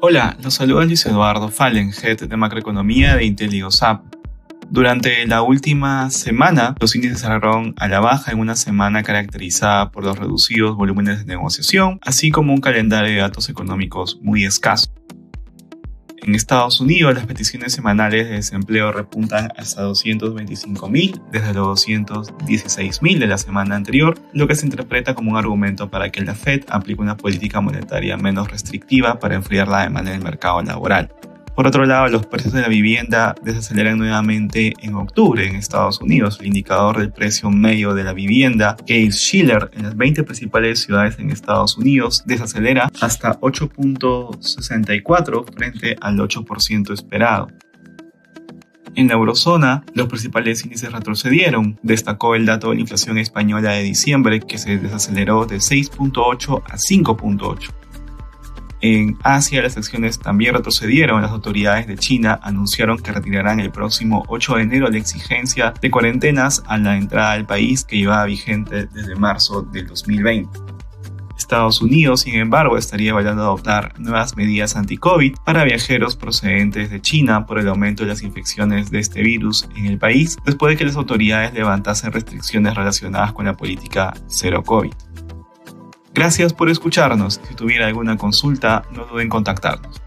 Hola, los saluda Luis Eduardo Fallen, Head de Macroeconomía de IntelioSAP. Durante la última semana, los índices cerraron a la baja en una semana caracterizada por los reducidos volúmenes de negociación, así como un calendario de datos económicos muy escaso. En Estados Unidos, las peticiones semanales de desempleo repuntan hasta 225.000 desde los 216.000 de la semana anterior, lo que se interpreta como un argumento para que la Fed aplique una política monetaria menos restrictiva para enfriar la demanda en el mercado laboral. Por otro lado, los precios de la vivienda desaceleran nuevamente en octubre en Estados Unidos. El indicador del precio medio de la vivienda, Case-Shiller, en las 20 principales ciudades en Estados Unidos, desacelera hasta 8.64 frente al 8% esperado. En la eurozona, los principales índices retrocedieron. Destacó el dato de la inflación española de diciembre, que se desaceleró de 6.8 a 5.8. En Asia, las acciones también retrocedieron. Las autoridades de China anunciaron que retirarán el próximo 8 de enero la exigencia de cuarentenas a la entrada al país que llevaba vigente desde marzo del 2020. Estados Unidos, sin embargo, estaría evaluando adoptar nuevas medidas anti-COVID para viajeros procedentes de China por el aumento de las infecciones de este virus en el país, después de que las autoridades levantasen restricciones relacionadas con la política cero COVID. Gracias por escucharnos. Si tuviera alguna consulta, no duden en contactarnos.